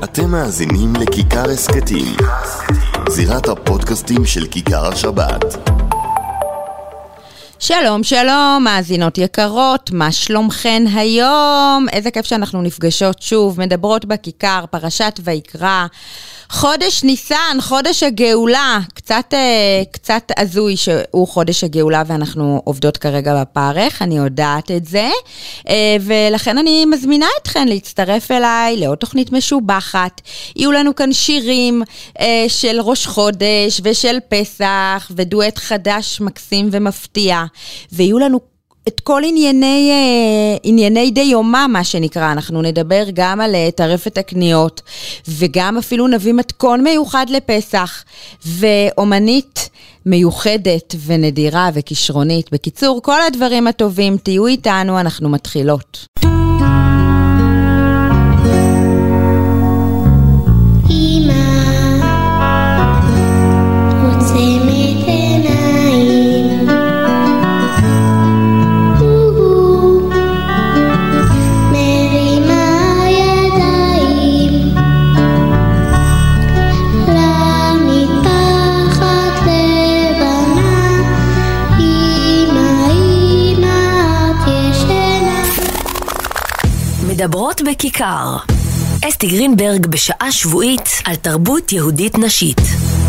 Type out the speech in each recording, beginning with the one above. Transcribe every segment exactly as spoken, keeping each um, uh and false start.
אתם מאזינים לכיכר הסקטים, זירת הפודקאסטים של כיכר השבת. שלום, שלום, מאזינות יקרות, מה שלומכן היום? איזה כיף שאנחנו נפגשות שוב, מדברות בכיכר, פרשת ויקרא, חודש ניסן, חודש הגאולה, קצת, קצת עזוי שהוא חודש הגאולה ואנחנו עובדות כרגע בפרך, אני יודעת את זה, ולכן אני מזמינה אתכן להצטרף אליי לעוד תוכנית משובחת. יהיו לנו כאן שירים של ראש חודש ושל פסח ודואט חדש מקסים ומפתיע, ויהיו לנו את כל ענייני, ענייני די יומה, מה שנקרא. אנחנו נדבר גם על טרפת הקניות, וגם אפילו נביא מתכון מיוחד לפסח, ואומנית מיוחדת ונדירה וכישרונית. בקיצור, כל הדברים הטובים, תהיו איתנו, אנחנו מתחילות. מדברות בכיכר. אסתי גרינברג בשעה שבועית על תרבות יהודית נשית.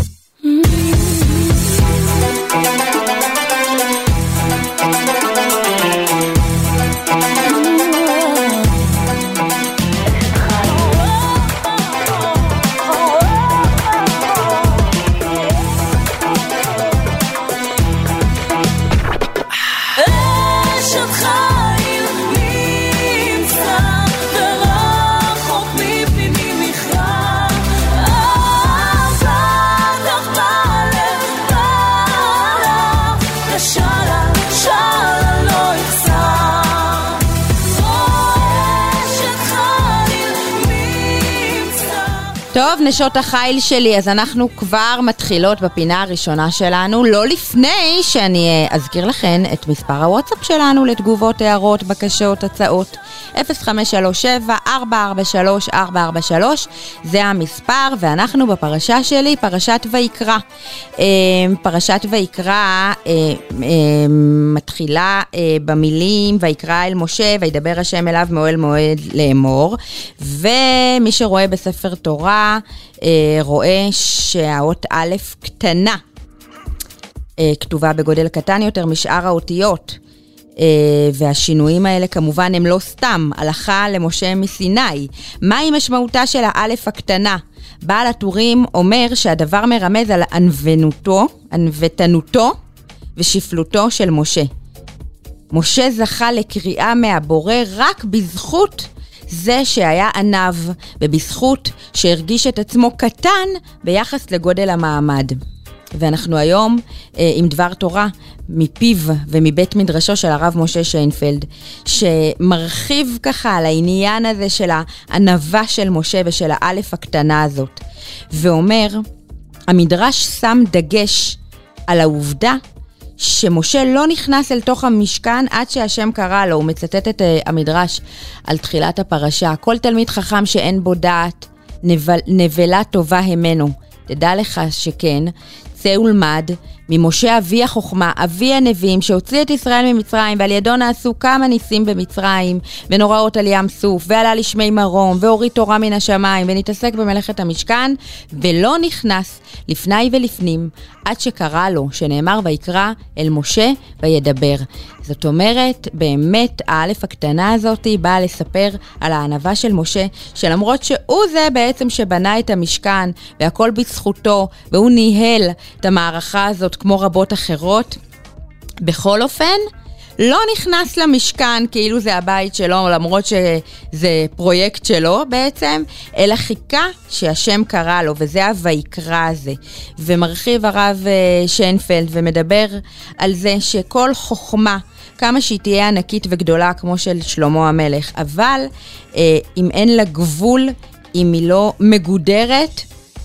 טוב, נשות החיל שלי, אז אנחנו כבר מתחילות בפינה הראשונה שלנו, לא לפני שאני אזכיר לכן את מספר הוואטסאפ שלנו לתגובות, הערות, בקשות, הצעות. אפס חמש שלוש שבע ארבע ארבע שלוש ארבע ארבע שלוש, זה המספר, ואנחנו בפרשה שלי, פרשת ויקרא. פרשת ויקרא מתחילה במילים, ויקרא אל משה, וידבר השם אליו מאוהל מועד לאמור, ומי שרואה בספר תורה, רואה שהאות א' קטנה, כתובה בגודל קטן יותר משאר האותיות, והשינויים האלה כמובן הם לא סתם, הלכה למשה מסיני. מהי משמעותה של האלף הקטנה? בעל הטורים אומר שהדבר מרמז על ענוותנותו, ענוותנותו ושפלותו של משה. משה זכה לקריאה מהבורא רק בזכות זה שהיה ענב, ובזכות שהרגיש את עצמו קטן ביחס לגודל המעמד. ואנחנו היום אה, עם דבר תורה מפיו ומבית מדרשו של הרב משה שיינפלד, שמרחיב ככה על העניין הזה של הענבה של משה ושל האלף הקטנה הזאת. ואומר, המדרש שם דגש על העובדה שמשה לא נכנס אל תוך המשכן עד שהשם קרא לו. הוא מצטט את uh, המדרש על תחילת הפרשה. כל תלמיד חכם שאין בו דעת, נבל, נבלה טובה המנו. תדע לך שכן, צא ולמד ממשה אבי החוכמה, אבי הנביאים, שהוציא את ישראל ממצרים, ועל ידו נעשו כמה ניסים במצרים, ונוראות על ים סוף, ועלה לשמי מרום, והוריד תורה מן השמיים, ונתעסק במלאכת המשכן, ולא נכנס לפני ולפנים, עד שקרא לו, שנאמר ויקרא אל משה וידבר. זאת אומרת, באמת האלף הקטנה הזאת באה לספר על הענבה של משה, שלמרות שהוא זה בעצם שבנה את המשכן, והכל בזכותו, והוא ניהל את המערכה הזאת כמו רבות אחרות, בכל אופן, לא נכנס למשכן כאילו זה הבית שלו, למרות שזה פרויקט שלו בעצם, אלא חיכה שהשם קרא לו, וזה הויקרא הזה. ומרחיב הרב שיינפלד ומדבר על זה שכל חוכמה, כמה שהיא תהיה ענקית וגדולה כמו של שלמה המלך, אבל אה, אם אין לה גבול, אם היא לא מגודרת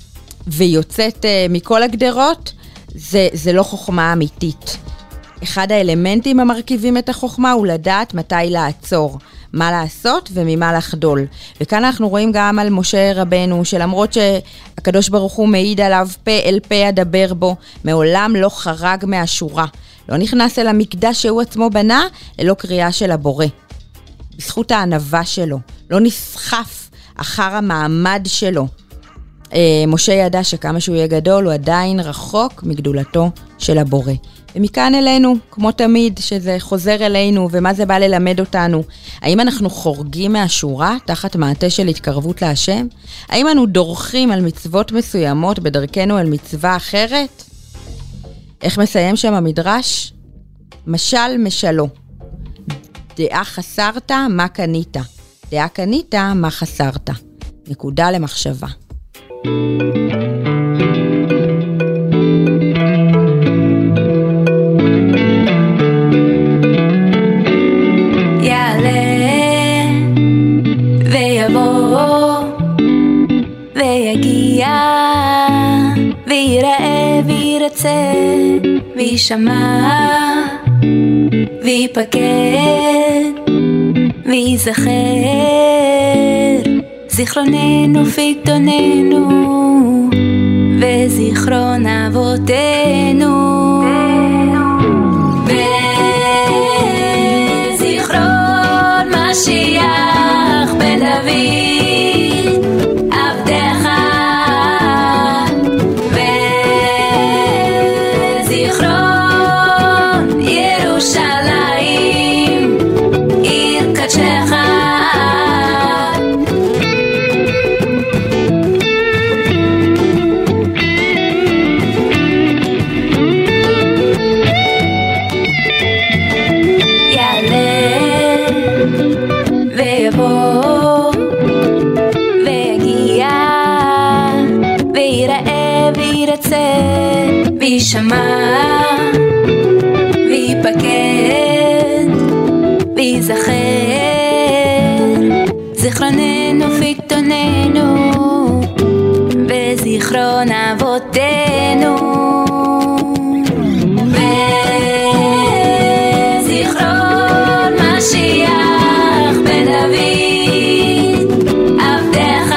ויוצאת אה, מכל הגדרות, זה, זה לא חוכמה אמיתית. אחד האלמנטים המרכיבים את החוכמה הוא לדעת מתי לעצור, מה לעשות וממה לחדול. וכאן אנחנו רואים גם על משה רבנו, שלמרות שהקדוש ברוך הוא מעיד עליו פה אל פה אדבר בו, מעולם לא חרג מהשורה. לא נכנס אל המקדש שהוא עצמו בנה, ללא קריאה של הבורא. בזכות הענווה שלו, לא נסחף אחר המעמד שלו. משה ידע שכמה שהוא יהיה גדול, הוא עדיין רחוק מגדולתו של הבורא. ומכאן אלינו, כמו תמיד, שזה חוזר אלינו, ומה זה בא ללמד אותנו? האם אנחנו חורגים מהשורה, תחת מעטה של התקרבות להשם? האם אנו דורכים על מצוות מסוימות בדרכנו אל מצווה אחרת? איך מסיים שם המדרש? משל משלו. דעה חסרת, מה קנית? דעה קנית, מה חסרת? נקודה למחשבה. יעלה ויבוא ויגיע ויראה וירצה וישמע ויפקד ויזכר זיכרוננו פיקדוננו וזיכרון אבותינו וזיכרון משיח בן דוד עבדך וזיכרון ירושלים עיר קדשך וישמע ויפקד ויזכר זיכרוננו פיקדוננו וזיכרון אבותינו וזיכרון משיח בן דוד עבדך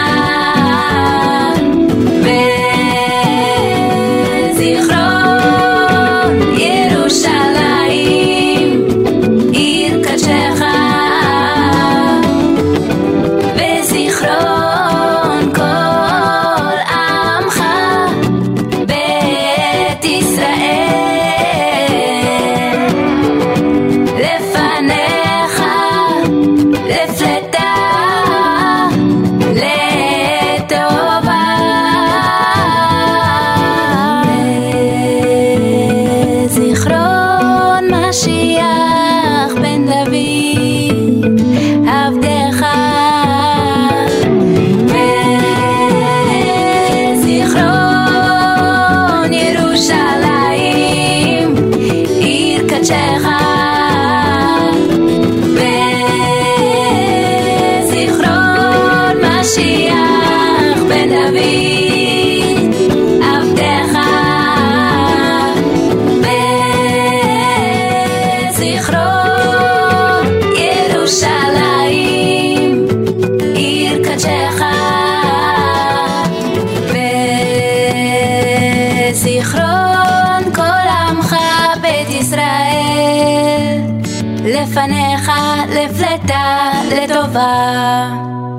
לפניך לפלטה לטובה.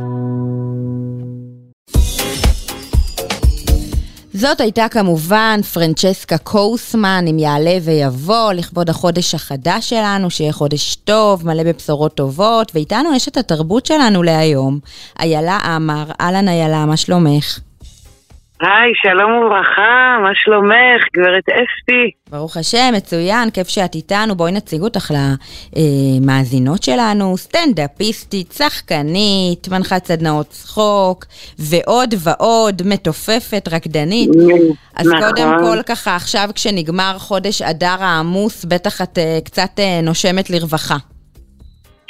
זאת הייתה כמובן פרנצ'סקה קוסמן עם יעלה ויבוא לכבוד החודש החדש שלנו, שיהיה חודש טוב, מלא בבשורות טובות, ואיתנו יש את התרבות שלנו להיום. איילה עמר, אהלן איילה, מה שלומך? היי, שלום וברכה, מה שלומך, גברת אסתי? ברוך השם, מצוין, כיף שאת איתנו. בואי נציג אותך למאזינות שלנו, סטנדאפיסטית, שחקנית, מנחת סדנאות צחוק, ועוד ועוד, מתופפת, רקדנית. אז נכון. קודם כל ככה, עכשיו כשנגמר חודש אדר העמוס, בטח את קצת נושמת לרווחה.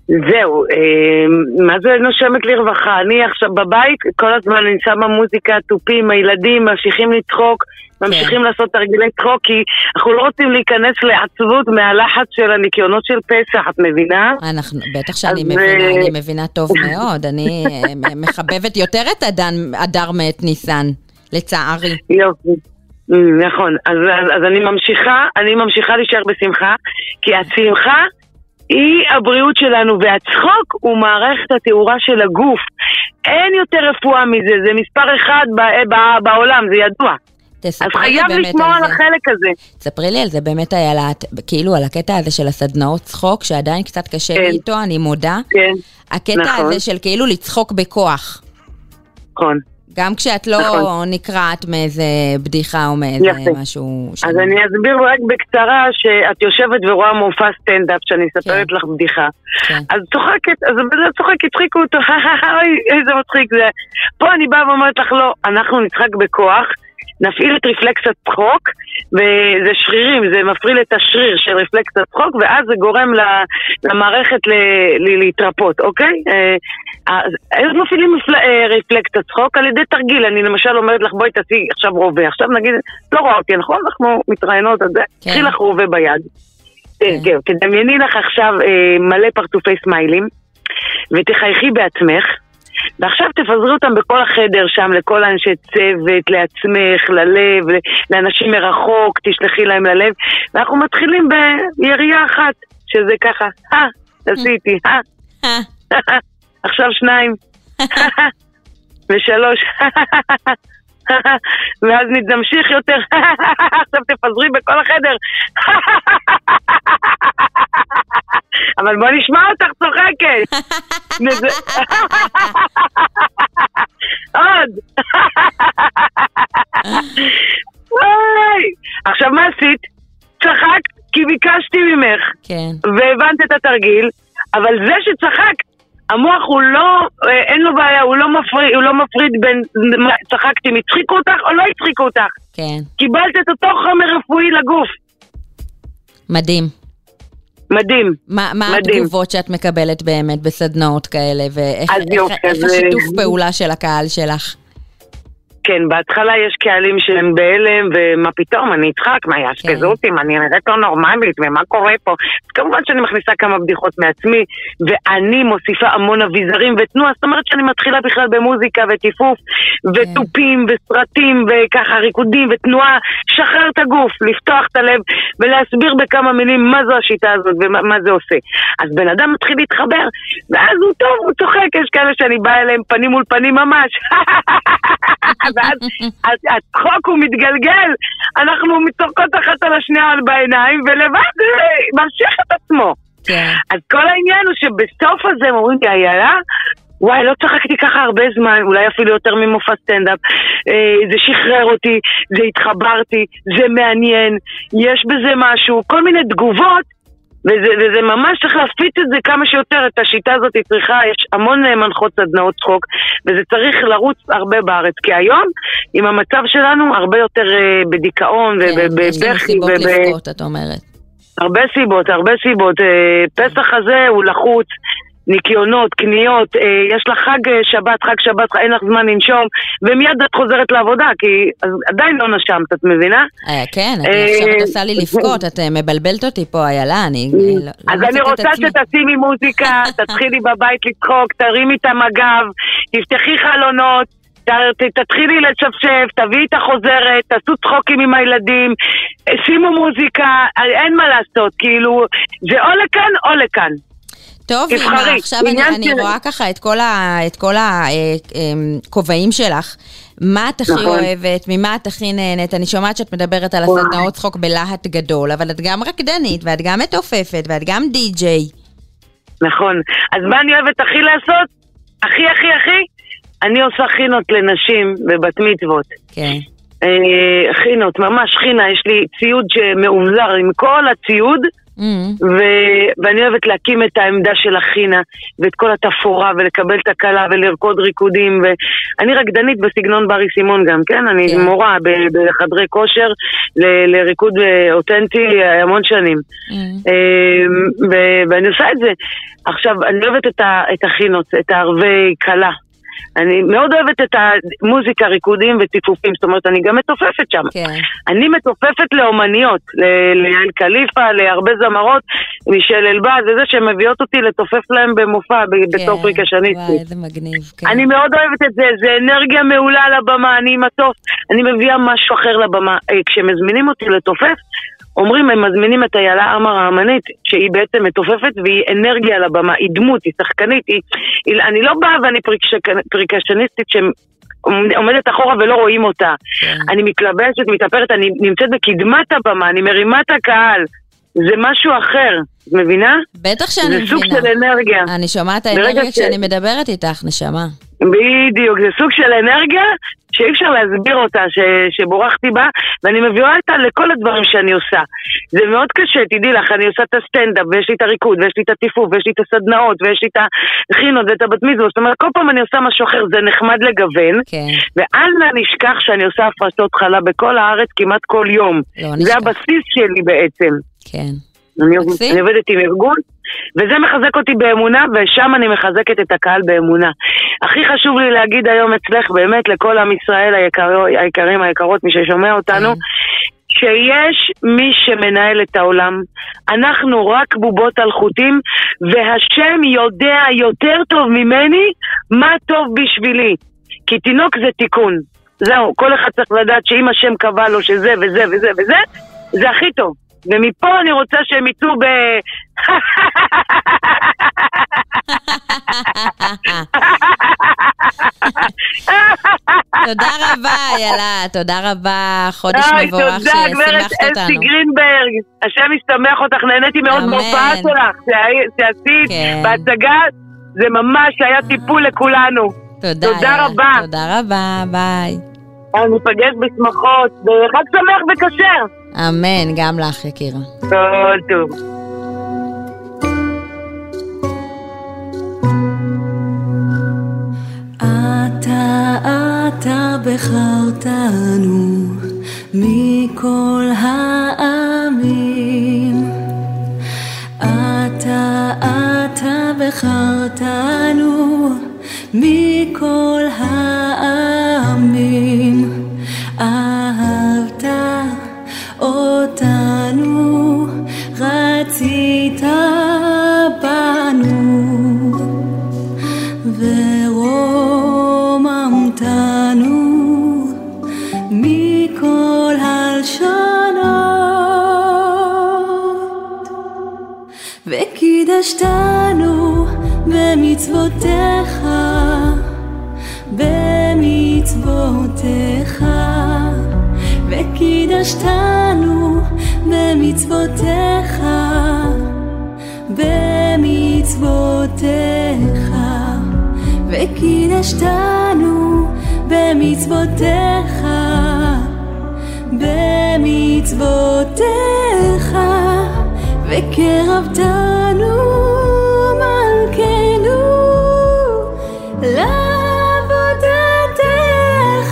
זהו, מה זה נושמת לרווחה? אני עכשיו בבית, כל הזמן אני שמה מוזיקה, טופים, הילדים ממשיכים לצחוק, ממשיכים לעשות תרגילי צחוק, כי אנחנו לא רוצים להיכנס לעצבות מהלחץ של הניקיונות של פסח, את מבינה? אנחנו, בטח שאני מבינה, אני מבינה טוב מאוד, אני מחבבת יותר את אדר מאת ניסן, לצערי. יופי. נכון, אז, אז אני ממשיכה, אני ממשיכה להישאר בשמחה, כי השמחה היא הבריאות שלנו, והצחוק הוא מערכת התאורה של הגוף. אין יותר רפואה מזה, זה מספר אחד ב- ב- בעולם, זה ידוע. אז חייב לשמור על החלק הזה. תספרי לי על זה באמת היה, כאילו על הקטע הזה של הסדנאות צחוק, שעדיין קצת קשה לי איתו, אני מודה. כן, הקטע הזה של כאילו לצחוק בכוח. נכון. גם כשאת לא נקראת מאיזה בדיחה או מאיזה משהו... אז אני אסביר רק בקצרה שאת יושבת ורואה מופע סטנדאפ שאני אספרת לך בדיחה. אז צוחקת, אז בזה צוחק, הצחיקו אותו, אוי, איזה מצחיק זה. פה אני באה ואומרת לך, לא, אנחנו נצחק בכוח, נפעיל את רפלקס הצחוק, וזה שרירים, זה מפריל את השריר של רפלקס הצחוק, ואז זה גורם למערכת להתרפות, אוקיי? איך מפעילים רפלקס הצחוק? על ידי תרגיל, אני למשל אומרת לך, בואי תעשי עכשיו רובה, עכשיו נגיד, לא רואה אותי, נכון? אנחנו מתראיינות על זה, תחי לך רובה ביד. תדמייני לך עכשיו מלא פרצופי סמיילים, ותחייכי בעצמך, ועכשיו תפזרו אותם בכל החדר שם, לכל אנשי צוות, לעצמך, ללב, לאנשים מרחוק, תשלחי להם ללב, ואנחנו מתחילים בירייה אחת, שזה ככה, אה, עשיתי, אה, עכשיו שניים, ושלוש, ואז נמשיך יותר, עכשיו תפזרי בכל החדר, אבל בוא נשמע אותך צוחקת. עוד. עכשיו מה עשית? צחקת כי ביקשתי ממך. והבנת את התרגיל, אבל זה שצחקת, המוח הוא לא, אין לו בעיה, הוא לא מפריד, הוא לא מפריד בין צחקתי, מצחיקו אותך או לא הצחיקו אותך. קיבלת את אותו חומר רפואי לגוף. מדהים. מדהים. מה, מה התגובות שאת מקבלת באמת בסדנאות כאלה, ואיך איך, איך השיתוף פעולה של הקהל שלך? כן, בהתחלה יש קהלים שהם בהלם, ומה פתאום, אני אצחק, מה יאשפזו אותי, אני נראית לא נורמלית, ומה קורה פה? אז כמובן שאני מכניסה כמה בדיחות מעצמי, ואני מוסיפה המון אביזרים ותנועה, זאת אומרת שאני מתחילה בכלל במוזיקה וטיפוף, וטופים וסרטים, וככה ריקודים ותנועה, שחרר את הגוף, לפתוח את הלב, ולהסביר בכמה מילים מה זו השיטה הזאת, ומה זה עושה. אז בן אדם מתחיל להתחבר, ואז הוא טוב, הוא צוחק, יש כאלה שאני באה אליהם פנים מול פנים ממש. ואז הצחוק הוא מתגלגל, אנחנו צוחקות אחת על השנייה בעיניים, ולבד ממשיך את עצמו. אז כל העניין הוא שבסוף הזה הם אומרים לי, איילה, וואי, לא צחקתי ככה הרבה זמן, אולי אפילו יותר ממופע סטנדאפ, זה שחרר אותי, זה התחברתי, זה מעניין, יש בזה משהו, כל מיני תגובות, וזה, וזה ממש צריך להפיץ את זה כמה שיותר, את השיטה הזאת היא צריכה, יש המון מנחות סדנאות צחוק, וזה צריך לרוץ הרבה בארץ, כי היום, עם המצב שלנו, הרבה יותר uh, בדיכאון, ובבכי, יש לנו סיבות לבכות, את אומרת. הרבה סיבות, הרבה סיבות, uh, פסח הזה הוא לחוץ, ניקיונות, קניות, אה, יש לך חג שבת, חג שבת, אין לך זמן לנשום, ומיד את חוזרת לעבודה, כי אז, עדיין לא נשמת, את מבינה? אה, כן, אה, עכשיו את עושה לי לבכות, את מבלבלת אותי פה, איילה, אני לא, אז לא אני רוצה שתשימי מוזיקה, תתחילי בבית לצחוק, תרימי את המגב, תפתחי חלונות, תתחילי לצפצף, תביאי את החוזרת, תעשו צחוקים עם הילדים, שימו מוזיקה, אין מה לעשות, כאילו, זה או לכאן או לכאן. טוב, אימא, עכשיו אני, אני רואה ככה את כל, ה, את כל הכובעים שלך. מה את הכי נכון. אוהבת? ממה את הכי נהנית? אני שומעת שאת מדברת על הסדנאות צחוק בלהט גדול, אבל את גם רקדנית, ואת גם מתופפת, ואת גם די-ג'יי. נכון. אז מה אני אוהבת הכי לעשות? הכי, הכי, הכי? אני עושה חינות לנשים בבת מצוות. כן. אה, חינות, ממש חינה. יש לי ציוד שמאובזר עם כל הציוד, ואני אוהבת להקים את העמדה של החינה, ואת כל התפורה, ולקבל את הקלה, ולרקוד ריקודים, ואני רקדנית בסגנון ברי סימון גם, כן? אני מורה בחדרי כושר, לריקוד אותנטי המון שנים. ואני עושה את זה. עכשיו, אני אוהבת את החינות, את הערבי קלה. אני מאוד אוהבת את המוזיקה, ריקודים וטיפופים, זאת אומרת, אני גם מתופפת שם. כן. אני מתופפת לאומניות, ליעל קליפה, להרבה זמרות, מישל אלבאז, וזה שמביאות אותי לתופף להם במופע, כן. בתור פריקשניסטית. וואי, זה מגניב, כן. אני מאוד אוהבת את זה, זה אנרגיה מעולה על הבמה, אני עם התוף, אני מביאה משהו אחר לבמה. כשמזמינים אותי לתופף, אומרים, הם מזמינים את איילה עמר האמנית, שהיא בעצם מתופפת והיא אנרגיה על הבמה, היא דמות, היא שחקנית, היא, היא, אני לא באה ואני פריקשניסטית שעומדת אחורה ולא רואים אותה. Yeah. אני מתלבשת, מתאפרת, אני נמצאת בקדמת הבמה, אני מרימה את הקהל, זה משהו אחר, את מבינה? בטח שאני מבינה. זה סוג של אנרגיה. אני שומעת האנרגיה כשאני ש... מדברת איתך, נשמה. בדיוק, זה סוג של אנרגיה שאי אפשר להסביר אותה, ש, שבורחתי בה, ואני מביאה אותה לכל הדברים שאני עושה. זה מאוד קשה, תדעי לך, אני עושה את הסטנדאפ, ויש לי את הריקוד, ויש לי את הטיפוף, ויש לי את הסדנאות, ויש לי את החינות ואת הבת מצווה, זאת אומרת, כל פעם אני עושה משהו אחר, זה נחמד לגוון, כן. ואז אני אשכח שאני עושה הפרשות חלה בכל הארץ כמעט כל יום. לא, זה הבסיס שלי בעצם. כן. אני, אני עובדת עם ארגון, וזה מחזק אותי באמונה, ושם אני מחזקת את הקהל באמונה. הכי חשוב לי להגיד היום אצלך, באמת לכל עם ישראל היקר, היקרים, היקרות, מי ששומע אותנו, שיש מי שמנהל את העולם. אנחנו רק בובות על חוטים, והשם יודע יותר טוב ממני מה טוב בשבילי. כי תינוק זה תיקון. זהו, כל אחד צריך לדעת שאם השם קבע לו שזה וזה וזה וזה, זה הכי טוב. ומפה אני רוצה שהם יצאו ב... תודה רבה, יאללה, תודה רבה, חודש מבורך ששימחת אותנו. תודה, גברת אסתי גרינברג, השם ישתמח אותך, נהניתי מאוד בהופעה שלך, שעשית בהצגה, זה ממש היה טיפול לכולנו. תודה רבה. תודה רבה, ביי. אני נפגש בשמחות, בחג שמח וכשר. אמן, גם לך יקירה. כל טוב. אתה, אתה בחרתנו מכל העמים. אתה, אתה בחרתנו מכל העמים. אהבת אותנו, רצית בנו, ורוממתנו מכל הלשונות, וקידשתנו במצוותיך, במצוותיך, וקידשתנו במצוותיך, במצוותיך, וקידשתנו במצוותיך, במצוותיך, וקרבתנו מלכנו לעבודתך.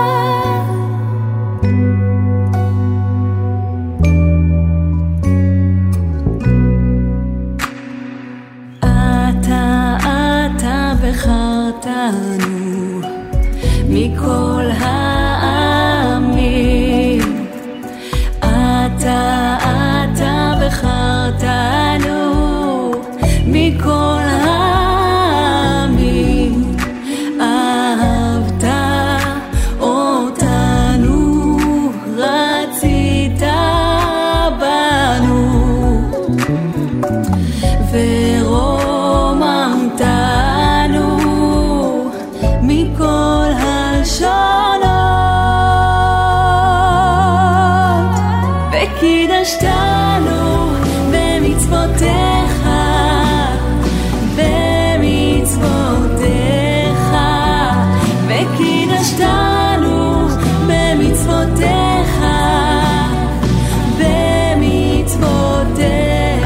אתה, אתה בחרתנו מכל העמים. אתה, אתה בחרתנו מכל העמים. אהבת אותנו, רצית בנו, ורוממתנו מכל הלשונות, וקידשתנו במצוותיך, במצוותיך, וקידשתנו במצוותיך, במצוותיך,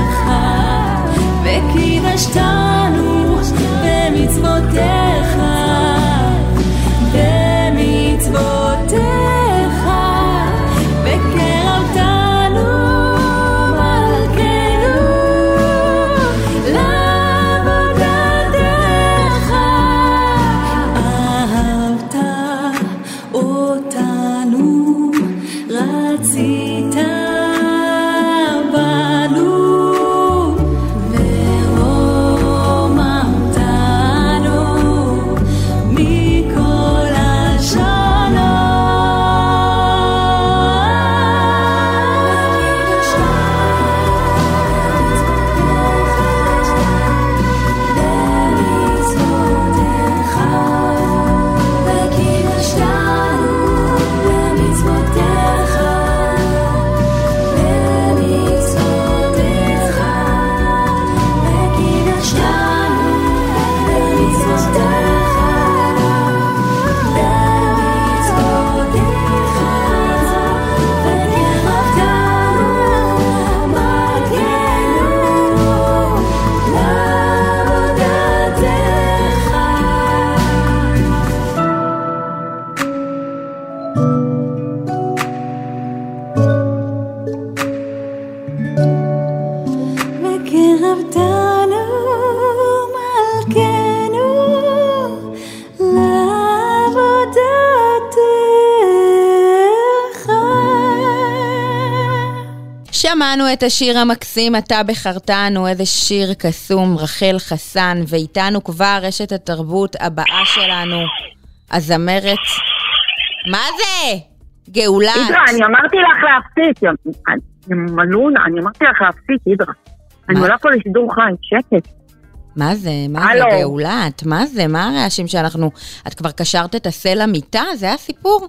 שמענו את השיר המקסים, אתה בחרתנו, איזה שיר קסום, רחל חסן, ואיתנו כבר רשת התרבות הבאה שלנו, הזמרת, מה זה? גאולת. אידרה, אני אמרתי לך להפסיק, מלונה, אני אמרתי לך להפסיק, אידרה. אני עולה פה לשידור חי, שקט. מה זה? מה זה גאולת? מה זה? מה הרעשים שאנחנו... את כבר קשרת את הסל למיטה? זה הסיפור?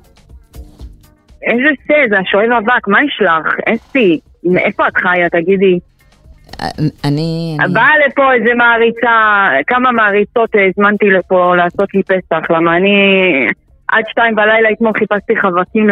איזה סה? זה השואב אבק, מה יש לך? אסתי, מאיפה את חיה? תגידי. אני... באה לפה איזה מעריצה, כמה מעריצות הזמנתי לפה לעשות לי פסח, למה אני עד שתיים בלילה אתמול חיפשתי חבקים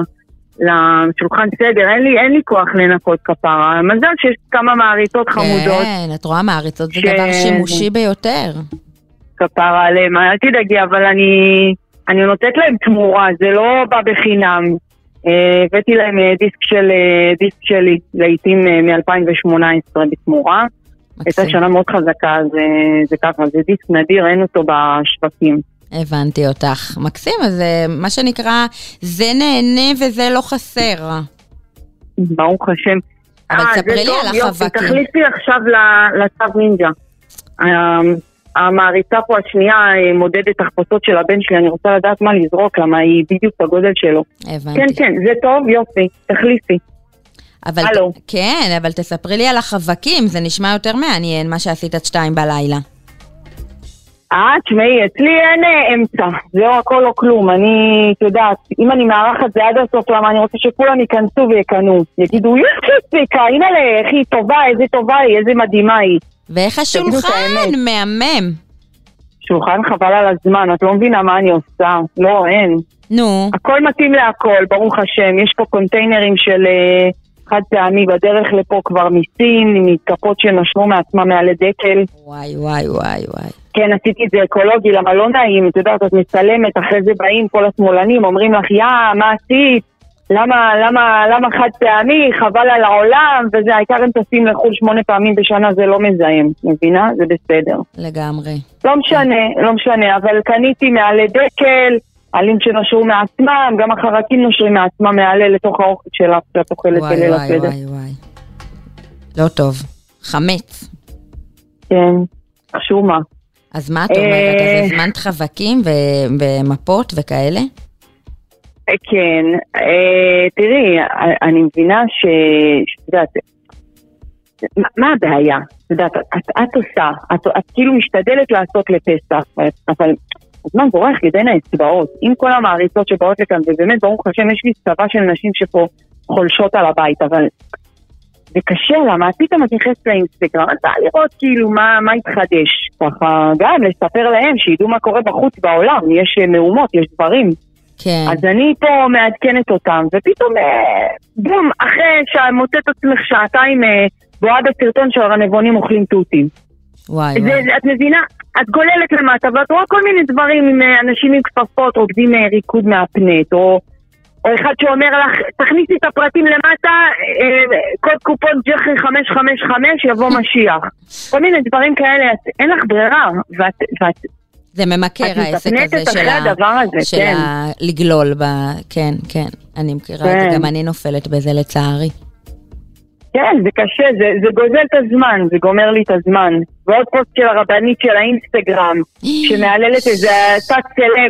לשולחן סדר, אין לי, אין לי כוח לנקות כפרה, מזל שיש כמה מעריצות חמודות. כן, את רואה מעריצות זה דבר שימושי ביותר. כפרה עליהם, אל תדאגי, אבל אני, אני נותנת להם תמורה, זה לא בא בחינם. הבאתי להם דיסק של דיסק שלי לעיתים מ-אלפיים שמונה עשרה בתמורה. הייתה שנה מאוד חזקה, זה, זה ככה, זה דיסק נדיר, אין אותו בשווקים. הבנתי אותך. מקסים, אז מה שנקרא, זה נהנה וזה לא חסר. ברוך השם. אבל ספרי לי על החווקים. תחליפי עכשיו לצו נינג'ה. המעריצה פה השנייה מודדת תחפושות של הבן שלי, אני רוצה לדעת מה לזרוק, למה היא בדיוק בגודל שלו. הבנתי. כן, כן, זה טוב, יופי, תחליפי. אבל ת... כן, אבל תספרי לי על החווקים, זה נשמע יותר מעניין מה שעשית עד שתיים בלילה. אה, תשמעי, אצלי אין אמצע, זהו הכל או כלום, אני, תודעת, אם אני מערכת זה עד הסוף, למה אני רוצה שכולם ייכנסו ויקנו, יגידו, יש ספיקה, הנה לה, איך היא טובה, איזה טובה היא, איזה מדהימה היא. ואיך השולחן, מהמם. שולחן חבל על הזמן, את לא מבינה מה אני עושה, לא, אין. נו. הכל מתאים להכל, ברוך השם, יש פה קונטיינרים של חד פעמי בדרך לפה כבר מסין, עם מתקפות שנשרו מעצמה מעלי דקל. וואי, וואי, וואי, וואי. כן, עשיתי את זה אקולוגי, למה לא נעים, את יודעת, את מצלמת, אחרי זה באים כל השמאלנים, אומרים לך, יא, מה עשית? למה, למה, למה חד פעמי, חבל על העולם, וזה, העיקר הם טסים לחול שמונה פעמים בשנה, זה לא מזהם, מבינה? זה בסדר. לגמרי. לא משנה, לא משנה, אבל קניתי מעלי דקל, עלים שנשרו מעצמם, גם החרקים נושרים מעצמם מעלה לתוך האוכל שלה, שאת אוכלת בליל הסדר. וואי, וואי, וואי. לא טוב. חמץ. כן, חשוב מה. אז מה את אומרת? אז הזמנת חווקים ומפות וכאלה? כן, תראי, אני מבינה ש... שתדעת, מה הבעיה? תדעת, את עושה, את כאילו משתדלת לעשות לפסח, אבל הזמן בורח ידיים האצבעות, עם כל המעריצות שבאות לכאן, ובאמת ברוך השם יש לי צבא של נשים שפה חולשות על הבית, אבל זה קשה לה, מה פתאום את נכנסת לאינסטגרם, אתה לראות כאילו מה, מה התחדש, ככה גם לספר להם שידעו מה קורה בחוץ בעולם, יש מהומות, יש דברים. כן. אז אני פה מעדכנת אותם, ופתאום, בום, אחרי שמוצאת עצמך שעתיים בועה בסרטון של הרנבונים אוכלים תותים. וואי, זה, וואי. את מבינה, את גוללת למטה, ואת רואה כל מיני דברים עם אנשים עם כפפות, רוקדים ריקוד מהפנט, או, או אחד שאומר לך, תכניסי את הפרטים למטה, קוד קופון ג'חרי חמש חמש חמש, יבוא משיח. כל מיני דברים כאלה, אין לך ברירה, ואת... ואת זה ממכר העסק הזה של, ה... הזה, של כן. ה... לגלול ב... כן, כן, אני מכירה כן. את זה, גם אני נופלת בזה לצערי. כן, זה קשה, זה, זה גוזל את הזמן, זה גומר לי את הזמן. ועוד פוסט של הרבנית של האינסטגרם, שמעללת איזה תת סלב,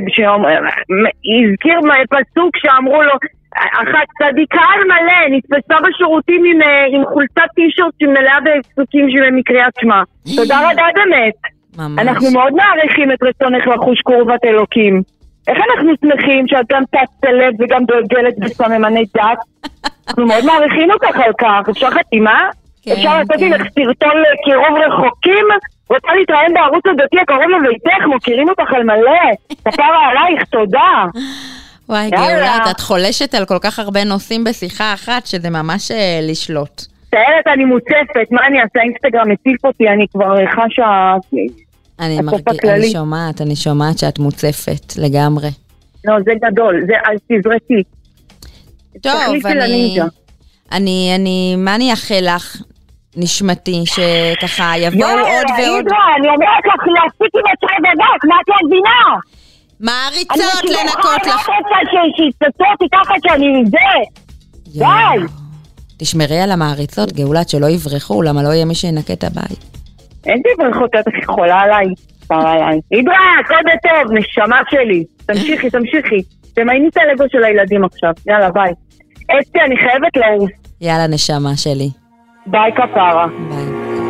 שהזכיר פסוק שאמרו לו, אחת צדיקה על מלא, נתפסה בשירותים עם, עם חולצת טישרט שמלאה בפסוקים שמקריאת שמה. תודה רבה באמת. ממש. אנחנו מאוד מעריכים את רצונך לחוש קורבת אלוקים. איך אנחנו שמחים שאת גם תת סלב וגם דואגלת בסממני דת? אנחנו מאוד מעריכים אותך על כך. אפשר חתימה? כן, אפשר לתת לי כן. לך סרטון לקירוב רחוקים? רוצה להתראיין בערוץ הדתי הקרוב לביתך? מוכירים אותך על מלא. כפרה עלייך, תודה. וואי, גאולת, את חולשת על כל כך הרבה נושאים בשיחה אחת, שזה ממש לשלוט. תארת, אני מוצפת. מה אני אעשה? אינסטגרם מציף אותי, אני כבר חשה... אני, מרג... אני שומעת, אני שומעת שאת מוצפת לגמרי. לא, זה גדול, זה על תזרתי. טוב, אני, אני, אני, מה אני אאחל לך, נשמתי, שככה יבואו עוד ועוד... ידרה, אני אומרת לך להפסיק עם הצעד הדק, מה את מבינה? מעריצות לנקות לך. אני רוצה שיצטטו אותי ככה שאני זה. די. תשמרי על המעריצות, גאולת, שלא יברחו, למה לא יהיה מי שינקה את הבית. אין תברכות, את יכולה עליי, שרה עליי. עידרה, הכל בטוב, נשמה שלי. תמשיכי, תמשיכי. תמייני את הלגו של הילדים עכשיו, יאללה, ביי. אסתי, אני חייבת לעוף. יאללה, נשמה שלי. ביי כפרה. ביי.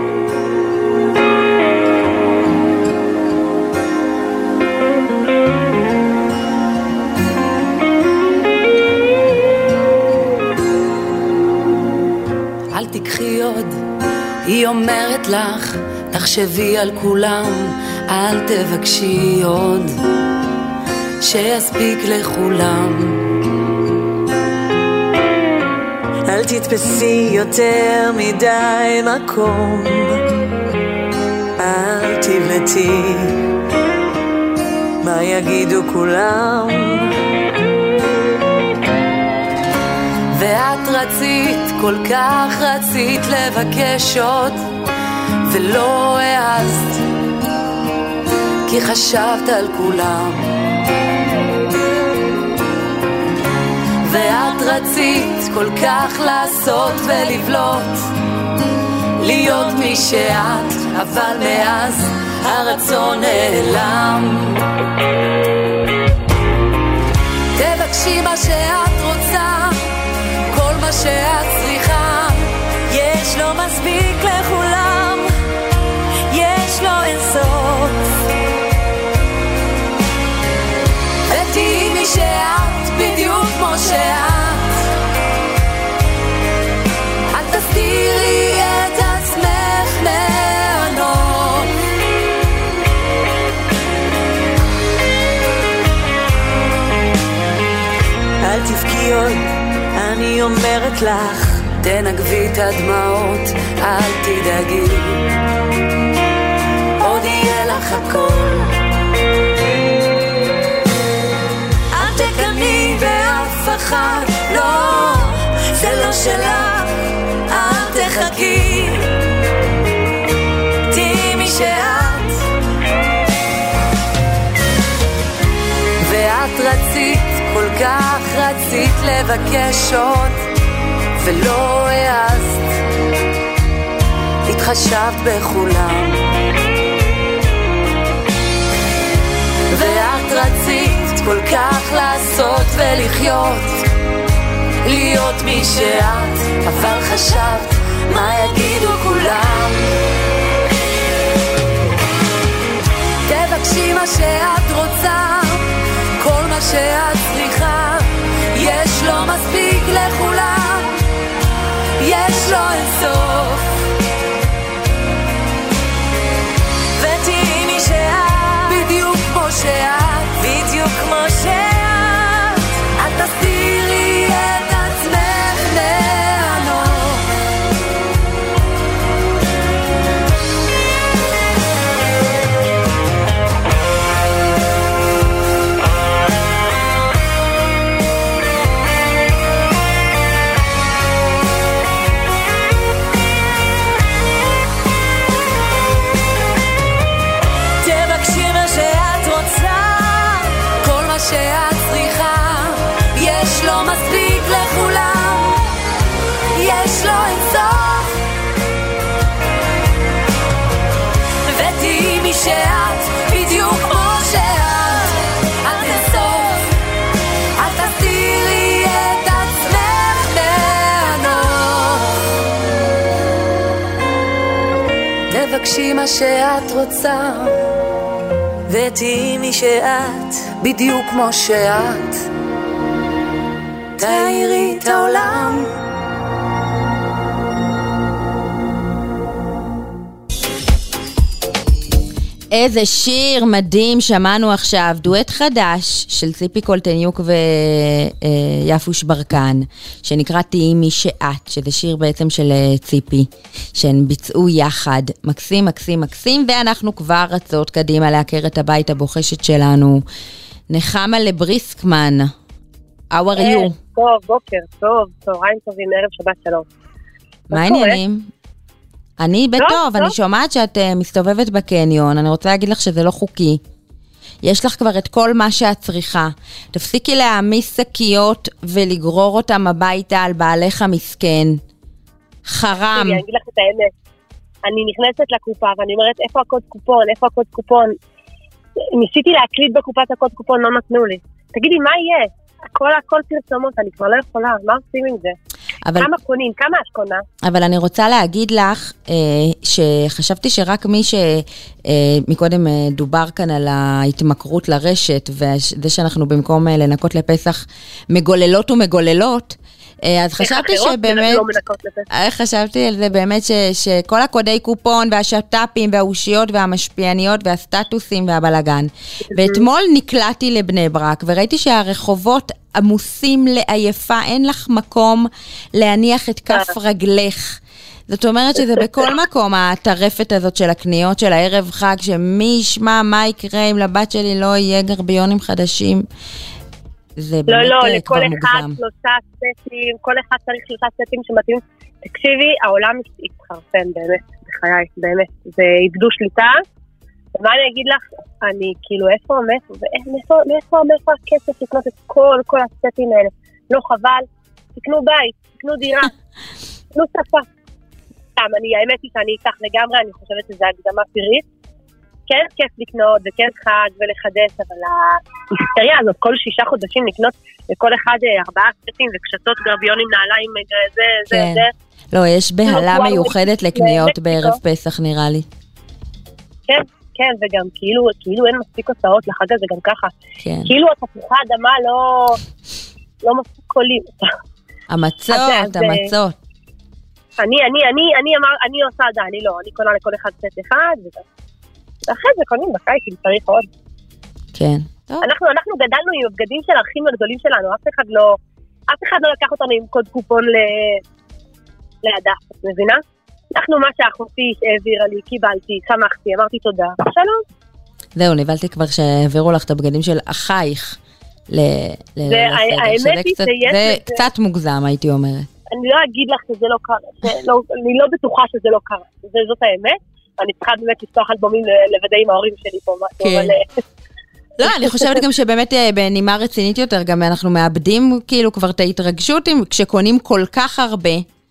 אל תקחי עוד, היא אומרת לך, תחשבי על כולם, אל תבקשי עוד, שיספיק לכולם. אל תתפסי יותר מדי מקום, אל תבלטי מה יגידו כולם. ואת רצית, כל כך רצית לבקש עוד, ולא העזת, כי חשבת על כולם. ואת רצית כל כך לעשות ולבלוט, להיות מי שאת, אבל מאז הרצון נעלם. תבקשי מה שאת רוצה, כל מה שאת צריכה, יש לו מספיק לכולם, יש לו אינסוף. ותהי מי שאת, בדיוק כמו שאת, אל תסתירי את עצמך מהנוף. אל תבכי עוד, אני אומרת לך, תנגבי את הדמעות, אל תדאגי, עוד יהיה לך הכל. אל תקני באף אחד, לא, זה לא שלך, אל תחכי, תהי מי שאת. ואת רצית, כל כך רצית לבקש עוד, ולא העזת, התחשבת בכולם. ואת רצית כל כך לעשות ולחיות, להיות מי שאת, אבל חשבת מה יגידו כולם. תבקשי מה שאת רוצה, כל מה שאת צריכה, יש לו מספיק לכולם, יש לו אינסוף. ותהי מי שאת, בדיוק כמו שאת, בדיוק כמו שאת, אל תסתירי את עצמך מהנוף. שאת צריכה, יש לו מספיק לכולם, יש לו אינסוף. ותהי מי שאת, בדיוק כמו שאת, אל תסוף, אל תסתירי את עצמך מהנוף. תבקשי מה שאת רוצה, ותהי מי שאת, בדיוק כמו שאת, תאירי את העולם. איזה שיר מדהים שמענו עכשיו, דואט חדש של ציפי קולטניוק ויפוש ברקן, שנקרא תהי מי שאת, שזה שיר בעצם של ציפי, שהן ביצעו יחד, מקסים, מקסים, מקסים, ואנחנו כבר רצות קדימה להכיר את הבית הבוחשת שלנו. נחמה לבריסקמן, how are you? טוב, בוקר, טוב, צהריים טובים, ערב שבת שלום. מה העניינים? אני בטוב, אני שומעת שאת מסתובבת בקניון, אני רוצה להגיד לך שזה לא חוקי. יש לך כבר את כל מה שאת צריכה. תפסיקי להעמיס שקיות ולגרור אותם הביתה על בעלך המסכן. חרם. אני אגיד לך את האמת. אני נכנסת לקופה ואני אומרת, איפה הקוד קופון? איפה הקוד קופון? ניסיתי להקליט בקופת הקוד קופון, לא נתנו לי. תגידי, מה יהיה? הכל, הכל פרסומות, אני כבר לא יכולה. מה עושים עם זה? אבל, כמה קונים? כמה את קונה? אבל אני רוצה להגיד לך, אה, שחשבתי שרק מי שמקודם אה, דובר כאן על ההתמכרות לרשת, וזה שאנחנו במקום אה, לנקות לפסח מגוללות ומגוללות, אז חשבתי שבאמת, חשבתי על זה באמת שכל הקודי קופון והשטאפים והאושיות והמשפיעניות והסטטוסים והבלגן. ואתמול נקלעתי לבני ברק וראיתי שהרחובות עמוסים לעייפה, אין לך מקום להניח את כף רגלך. זאת אומרת שזה בכל מקום, הטרפת הזאת של הקניות של הערב חג, שמי ישמע מה יקרה אם לבת שלי לא יהיה גרביונים חדשים. זה באמת לא, לא, כבר לכל מוגזם. אחד שלושה סטים, כל אחד צריך שלושה סטים שמתאים. תקשיבי, העולם התחרפן באמת, בחיי, באמת. זה איבדו שליטה, ומה אני אגיד לך, אני כאילו, איפה, מאיפה, מאיפה, מאיפה, מאיפה הכסף לקנות את כל, כל הסטים האלה? לא חבל, תקנו בית, תקנו דירה, תקנו שפה. סתם, אני, האמת היא שאני איתך לגמרי, אני חושבת שזה הקדמה פירית. כן כיף לקנות וכן חג ולחדש, אבל ההיסטריה הזאת, כל שישה חודשים לקנות לכל אחד ארבעה סטים וקשתות גרביונים נעליים, זה, זה, זה. לא, יש בהלה מיוחדת לקניות בערב פסח נראה לי. כן, כן, וגם כאילו, כאילו אין מספיק הוצאות לחג הזה גם ככה. כן. כאילו התפוחי אדמה לא, לא מספיק קולים. המצות, המצות. אני, אני, אני, אני אמר, אני עושה דה, אני לא, אני קונה לכל אחד סט אחד וזה. אחרי זה קונים בקיץ, אם צריך עוד. כן. אנחנו, אנחנו גדלנו עם הבגדים של האחים הגדולים שלנו, אף אחד לא, אף אחד לא לקח אותנו עם קוד קופון ל... לידה, את מבינה? אנחנו מה שאחותי העבירה לי, קיבלתי, שמחתי, אמרתי תודה, שלום. זהו, נבלתי כבר שהעבירו לך את הבגדים של אחייך ל... זה, האמת היא שיש... זה קצת מוגזם, הייתי אומרת. אני לא אגיד לך שזה לא קרה, אני לא בטוחה שזה לא קרה, זאת האמת. אני צריכה באמת לפתוח אלבומים לוודא עם ההורים שלי פה. כן. לא, אני חושבת גם שבאמת בנימה רצינית יותר, גם אנחנו מאבדים כאילו כבר את ההתרגשות, כשקונים כל כך הרבה,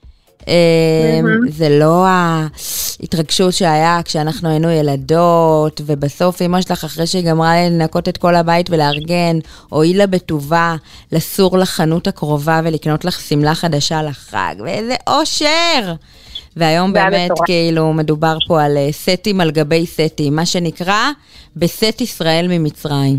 זה לא ההתרגשות שהיה כשאנחנו היינו ילדות, ובסוף אמא שלך אחרי שהיא גמרה לנקות את כל הבית ולארגן, הואילה בטובה לסור לחנות הקרובה ולקנות לך סמלה חדשה לחג, ואיזה אושר! והיום באמת כאילו מדובר פה על סטים על גבי סטים, מה שנקרא בסט ישראל ממצרים.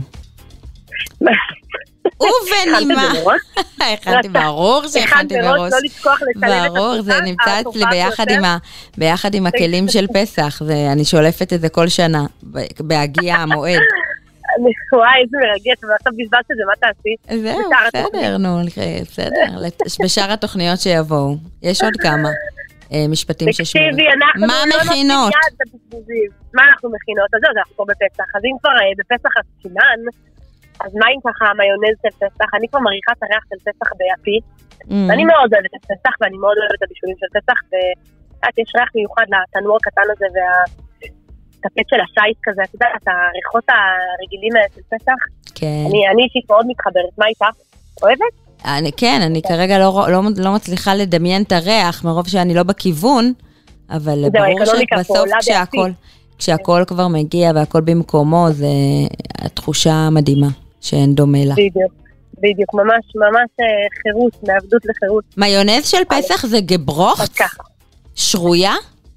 ובנימה, הכנתי ברור שהכנתי בראש, ברור, זה נמצא אצלי ביחד עם הכלים של פסח, ואני שולפת את זה כל שנה, בהגיע המועד. אני וואי, איזה מרגש, ועכשיו בזבזת את זה, מה תעשי? זהו, בסדר, נו, בסדר, בשאר התוכניות שיבואו, יש עוד כמה. משפטים ששמורים. תקשיבי, אנחנו מה מכינות? מה אנחנו מכינות? אז זהו, אנחנו פה בפסח. אז אם כבר בפסח הסכינן, אז מה אם ככה המיונז של פסח? אני כבר מריחה את הריח של פסח ביפי, ואני מאוד אוהבת את פסח, ואני מאוד אוהבת את הבישולים של פסח, ויש ריח מיוחד לתנור הקטן הזה, והטפט של השייט כזה, אתה יודע, את הריחות הרגילים של פסח. כן. אני אישית מאוד מתחברת. מה איתך? אוהבת? אני, כן, אני כרגע לא, לא, לא מצליחה לדמיין את הריח, מרוב שאני לא בכיוון, אבל ברור שבסוף כשהכל, כשהכל כבר מגיע והכל במקומו, זה התחושה מדהימה, שאין דומה לה. בדיוק, בדיוק, ממש, ממש חירות, מעבדות לחירות. מיונז של פסח זה גברוכט? שרויה?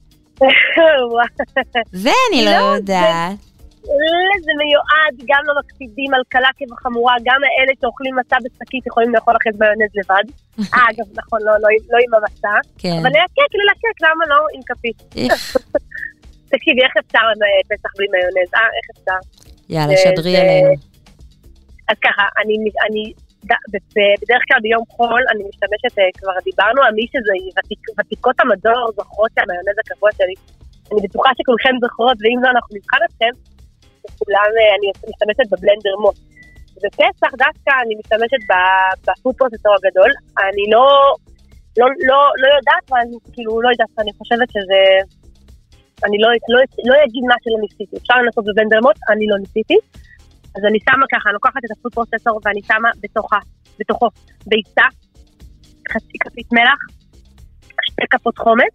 זה אני לא יודעת. זה מיועד, גם לא מקפידים על קלה כבחמורה, גם האלה שאוכלים מצה בשקית יכולים לאכול אחרי מיונז לבד. אגב, נכון, לא עם המצה. אבל להקק, ללקק, למה לא עם כפית? תקשיבי, איך אפשר פסח בלי מיונז? אה, איך אפשר? יאללה, שדרי עלינו. אז ככה, אני, בדרך כלל ביום חול, אני משתמשת, כבר דיברנו על מי שזה, ותיקות המדור זוכרות שהמיונז הקבוע שלי. אני בטוחה שכולכם זוכרות, ואם לא אנחנו נבחן אתכם, וכולם, אני משתמשת בבלנדר מוט. בפסח דווקא אני משתמשת בפוד פרוססור הגדול, אני לא, לא, לא, לא יודעת, ואני כאילו לא יודעת, אני חושבת שזה, אני לא, לא, לא אגיד מה שלא ניסיתי. אפשר לנסות בבלנדר מוט, אני לא ניסיתי, אז אני שמה ככה, אני לוקחת את הפוד פרוססור ואני שמה בתוכה, בתוכו ביצה, חצי כפית מלח, שתי כפות חומץ,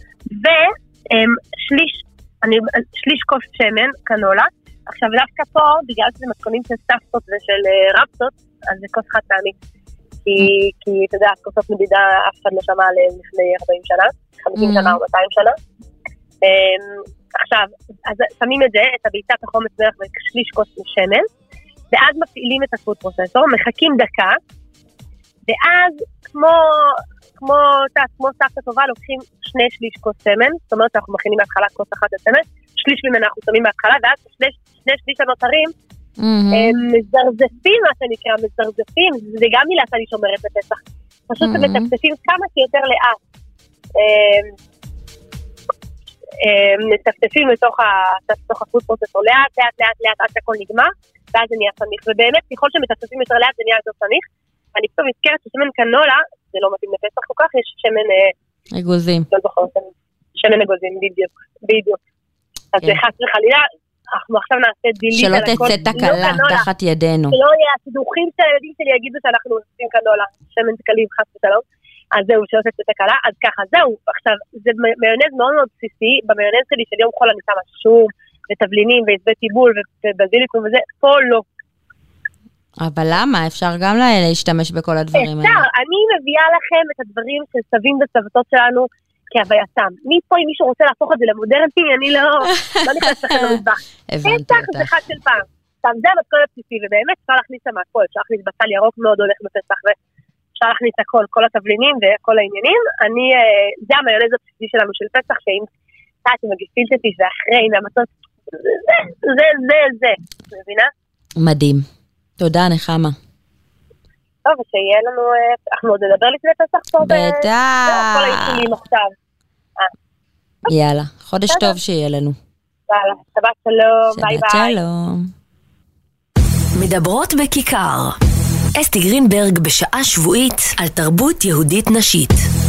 ושליש, אני, שליש כוס שמן, קנולה. עכשיו דווקא פה, בגלל שזה מתכונים של סבתות ושל רבתות, אז זה כוס חד פעמי. כי, כי אתה יודע, כוסות מדידה אף אחד לא שמע עליהן לפני ארבעים שנה, חמישים שנה או מאתיים שנה. עכשיו, אז שמים את זה, את הביצת החומץ בערך ושליש כוס שמן, ואז מפעילים את הפוד פרוססור, מחכים דקה, ואז כמו, כמו, כמו סבתא טובה, לוקחים שני שליש כוס שמן, זאת אומרת שאנחנו מכינים בהתחלה כוס אחת לשמן, שליש ממנה אנחנו שמים בהתחלה, ואז שני, שני שליש הנותרים, הם מזרזפים, מה שנקרא, מזרזפים, זה גם מילה שאני שומרת בפסח, פשוט הם מטפטפים כמה שיותר לאט, מטפטפים לתוך הפוד פרוססור, לאט, לאט, לאט, לאט, עד שהכל נגמר, ואז זה נהיה סמיך, ובאמת, ככל שמטפטפים יותר לאט, זה נהיה יותר סמיך, אני פתאום מזכרת ששמן קנולה, זה לא מתאים לפסח כל כך, יש שמן... אגוזים. לא זוכר, שמן אגוזים, בדיוק, בדיוק. אז זה חס וחלילה, אנחנו עכשיו נעשה דילית שלא תצא תקלה תחת ידינו. שלא יהיה הסידוכים של הילדים שלי יגידו שאנחנו עושים קנולה, שמן תקלים חס ושלום, אז זהו, שלא תצא תקלה, אז ככה, זהו, עכשיו, זה מיונז מאוד מאוד בסיסי, במיונז שלי של יום חול אני שמה שום, ותבלינים, ועצבי טיבול, ובזיליקום וזה, פה לא. אבל למה? אפשר גם להשתמש בכל הדברים האלה. אפשר, אני מביאה לכם את הדברים של סבים וסבתות שלנו כהווייתם. מי פה אם מישהו רוצה להפוך את זה למודרנטי, אני לא נכנס לכם למטבח. הבנתי אותך. זה חד של פעם. סתם זה המתכון הבסיסי, ובאמת אפשר להכניס שם הכל, אפשר להכניס בצל ירוק מאוד הולך בפסח, ואפשר להכניס הכל, כל התבלינים וכל העניינים. אני, זה המיונז הבסיסי שלנו של פסח, שאם תעתי מגיסילתתי ואחרי, והמצות, זה, זה, זה, זה. מבינה? מדהים. תודה, נחמה. טוב, ושיהיה לנו, אנחנו עוד נדבר לפני פסח פה. בטח. כל העיצולים עכשיו. יאללה, חודש טוב שיהיה לנו. יאללה, שבת שלום, ביי ביי. שבת שלום. מדברות בכיכר. אסתי גרינברג בשעה שבועית על תרבות יהודית נשית.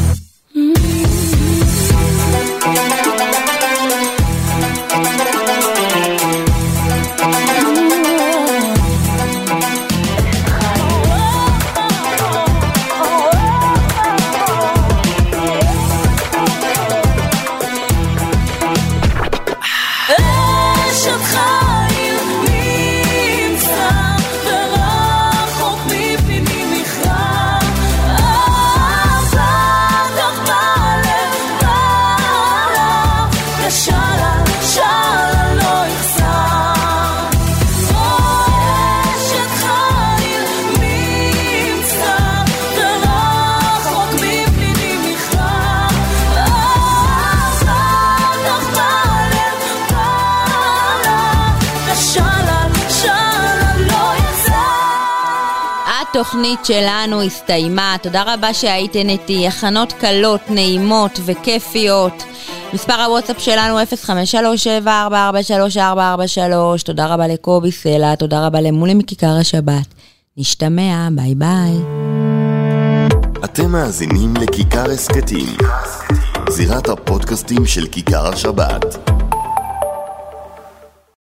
התוכנית שלנו הסתיימה, תודה רבה שהייתן איתי, הכנות קלות, נעימות וכיפיות. מספר הוואטסאפ שלנו אפס חמש שלוש שבע ארבע ארבע שלוש ארבע ארבע שלוש, תודה רבה לקובי סלע, תודה רבה למולי מכיכר השבת. נשתמע, ביי ביי. אתם מאזינים לכיכר הסקטים, זירת הפודקאסטים של כיכר השבת.